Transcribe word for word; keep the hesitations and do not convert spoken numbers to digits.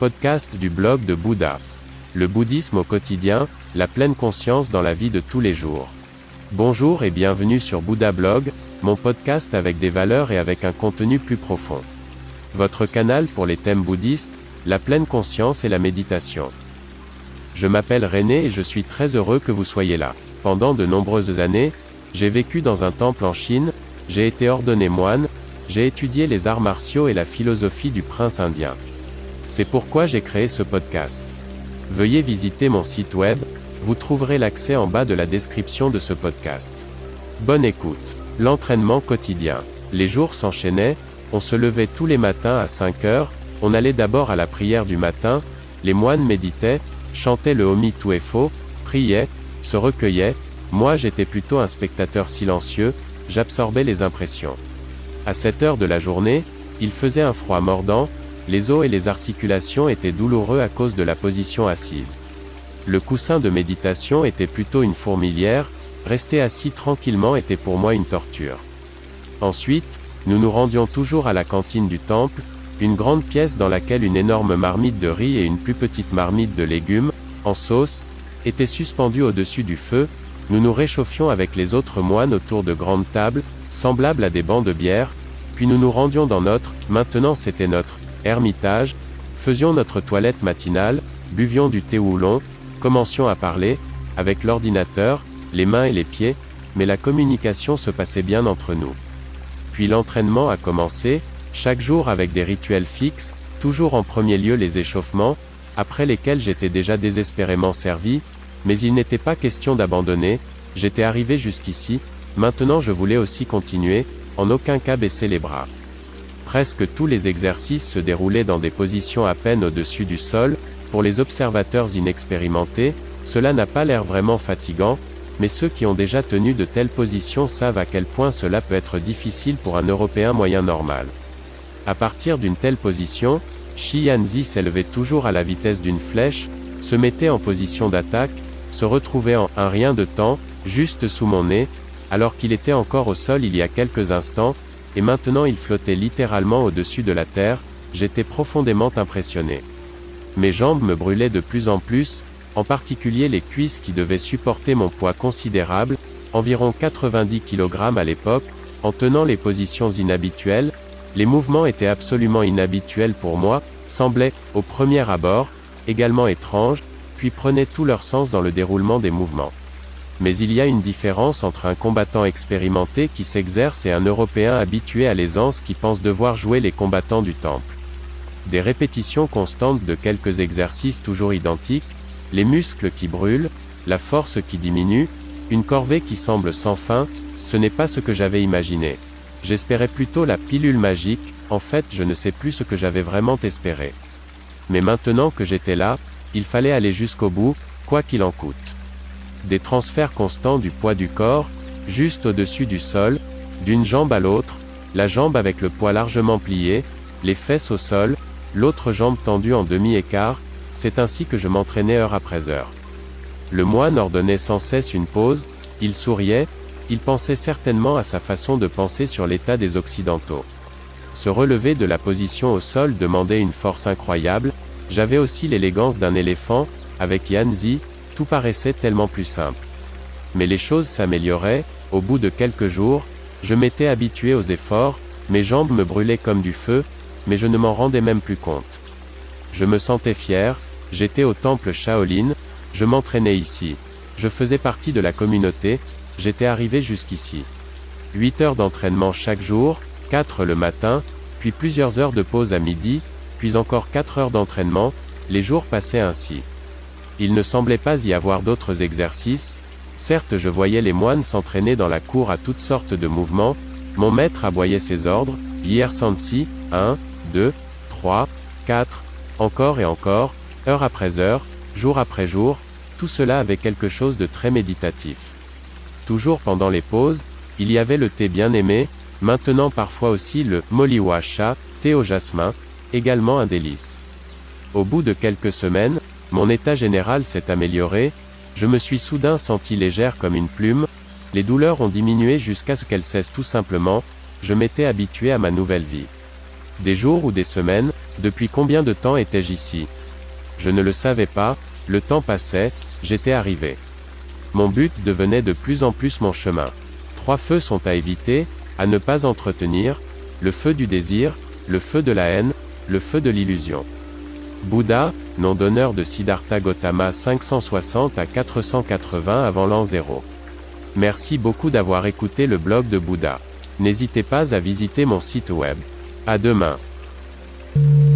podcast du blog de Bouddha. Le bouddhisme au quotidien, la pleine conscience dans la vie de tous les jours. Bonjour et bienvenue sur Bouddha Blog, mon podcast avec des valeurs et avec un contenu plus profond. Votre canal pour les thèmes bouddhistes, la pleine conscience et la méditation. Je m'appelle René et je suis très heureux que vous soyez là. Pendant de nombreuses années, j'ai vécu dans un temple en Chine, j'ai été ordonné moine, j'ai étudié les arts martiaux et la philosophie du prince indien. C'est pourquoi j'ai créé ce podcast. Veuillez visiter mon site web, vous trouverez l'accès en bas de la description de ce podcast. Bonne écoute. L'entraînement quotidien. Les jours s'enchaînaient, on se levait tous les matins à cinq heures, on allait d'abord à la prière du matin, les moines méditaient, chantaient le Homi tout est faux, priaient, se recueillaient, moi j'étais plutôt un spectateur silencieux, j'absorbais les impressions. À cette heure de la journée, il faisait un froid mordant, les os et les articulations étaient douloureux à cause de la position assise. Le coussin de méditation était plutôt une fourmilière, rester assis tranquillement était pour moi une torture. Ensuite, nous nous rendions toujours à la cantine du temple, une grande pièce dans laquelle une énorme marmite de riz et une plus petite marmite de légumes, en sauce, étaient suspendues au-dessus du feu, nous nous réchauffions avec les autres moines autour de grandes tables, semblables à des bancs de bière, puis nous nous rendions dans notre, maintenant c'était notre, ermitage, faisions notre toilette matinale, buvions du thé oolong, commencions à parler, avec l'ordinateur, les mains et les pieds, mais la communication se passait bien entre nous. Puis l'entraînement a commencé, chaque jour avec des rituels fixes, toujours en premier lieu les échauffements, après lesquels j'étais déjà désespérément servi, mais il n'était pas question d'abandonner, j'étais arrivé jusqu'ici, maintenant je voulais aussi continuer, en aucun cas baisser les bras. Presque tous les exercices se déroulaient dans des positions à peine au-dessus du sol, pour les observateurs inexpérimentés, cela n'a pas l'air vraiment fatigant, mais ceux qui ont déjà tenu de telles positions savent à quel point cela peut être difficile pour un Européen moyen normal. À partir d'une telle position, Shi Yanzi s'élevait toujours à la vitesse d'une flèche, se mettait en position d'attaque, se retrouvait en un rien de temps, juste sous mon nez, alors qu'il était encore au sol il y a quelques instants, et maintenant il flottait littéralement au-dessus de la terre, j'étais profondément impressionné. Mes jambes me brûlaient de plus en plus, en particulier les cuisses qui devaient supporter mon poids considérable, environ quatre-vingt-dix kilogrammes à l'époque, en tenant les positions inhabituelles, les mouvements étaient absolument inhabituels pour moi, semblaient, au premier abord, également étranges, puis prenaient tout leur sens dans le déroulement des mouvements. Mais il y a une différence entre un combattant expérimenté qui s'exerce et un Européen habitué à l'aisance qui pense devoir jouer les combattants du temple. Des répétitions constantes de quelques exercices toujours identiques, les muscles qui brûlent, la force qui diminue, une corvée qui semble sans fin, ce n'est pas ce que j'avais imaginé. J'espérais plutôt la pilule magique, en fait je ne sais plus ce que j'avais vraiment espéré. Mais maintenant que j'étais là, il fallait aller jusqu'au bout, quoi qu'il en coûte. Des transferts constants du poids du corps, juste au-dessus du sol, d'une jambe à l'autre, la jambe avec le poids largement plié, les fesses au sol, l'autre jambe tendue en demi-écart, c'est ainsi que je m'entraînais heure après heure. Le moine ordonnait sans cesse une pause, il souriait, il pensait certainement à sa façon de penser sur l'état des Occidentaux. Se relever de la position au sol demandait une force incroyable, j'avais aussi l'élégance d'un éléphant, avec Yanzi, tout paraissait tellement plus simple. Mais les choses s'amélioraient, au bout de quelques jours, je m'étais habitué aux efforts, mes jambes me brûlaient comme du feu, mais je ne m'en rendais même plus compte. Je me sentais fier, j'étais au temple Shaolin, je m'entraînais ici, je faisais partie de la communauté, j'étais arrivé jusqu'ici. huit heures d'entraînement chaque jour, quatre le matin, puis plusieurs heures de pause à midi, puis encore quatre heures d'entraînement, les jours passaient ainsi. Il ne semblait pas y avoir d'autres exercices, certes je voyais les moines s'entraîner dans la cour à toutes sortes de mouvements, mon maître aboyait ses ordres, Hier Sansi, un, deux, trois, quatre, encore et encore, heure après heure, jour après jour, tout cela avait quelque chose de très méditatif. Toujours pendant les pauses, il y avait le thé bien aimé, maintenant parfois aussi le Moliwa Cha, thé au jasmin, également un délice. Au bout de quelques semaines, mon état général s'est amélioré, je me suis soudain senti légère comme une plume, les douleurs ont diminué jusqu'à ce qu'elles cessent tout simplement, je m'étais habitué à ma nouvelle vie. Des jours ou des semaines, Depuis combien de temps étais-je ici? Je ne le savais pas, le temps passait, j'étais arrivé. Mon but devenait de plus en plus mon chemin. Trois feux sont à éviter, à ne pas entretenir, le feu du désir, le feu de la haine, le feu de l'illusion. Bouddha, nom d'honneur de Siddhartha Gautama cinq cent soixante à quatre cent quatre-vingts avant l'an zéro. Merci beaucoup d'avoir écouté le blog de Bouddha. N'hésitez pas à visiter mon site web. À demain.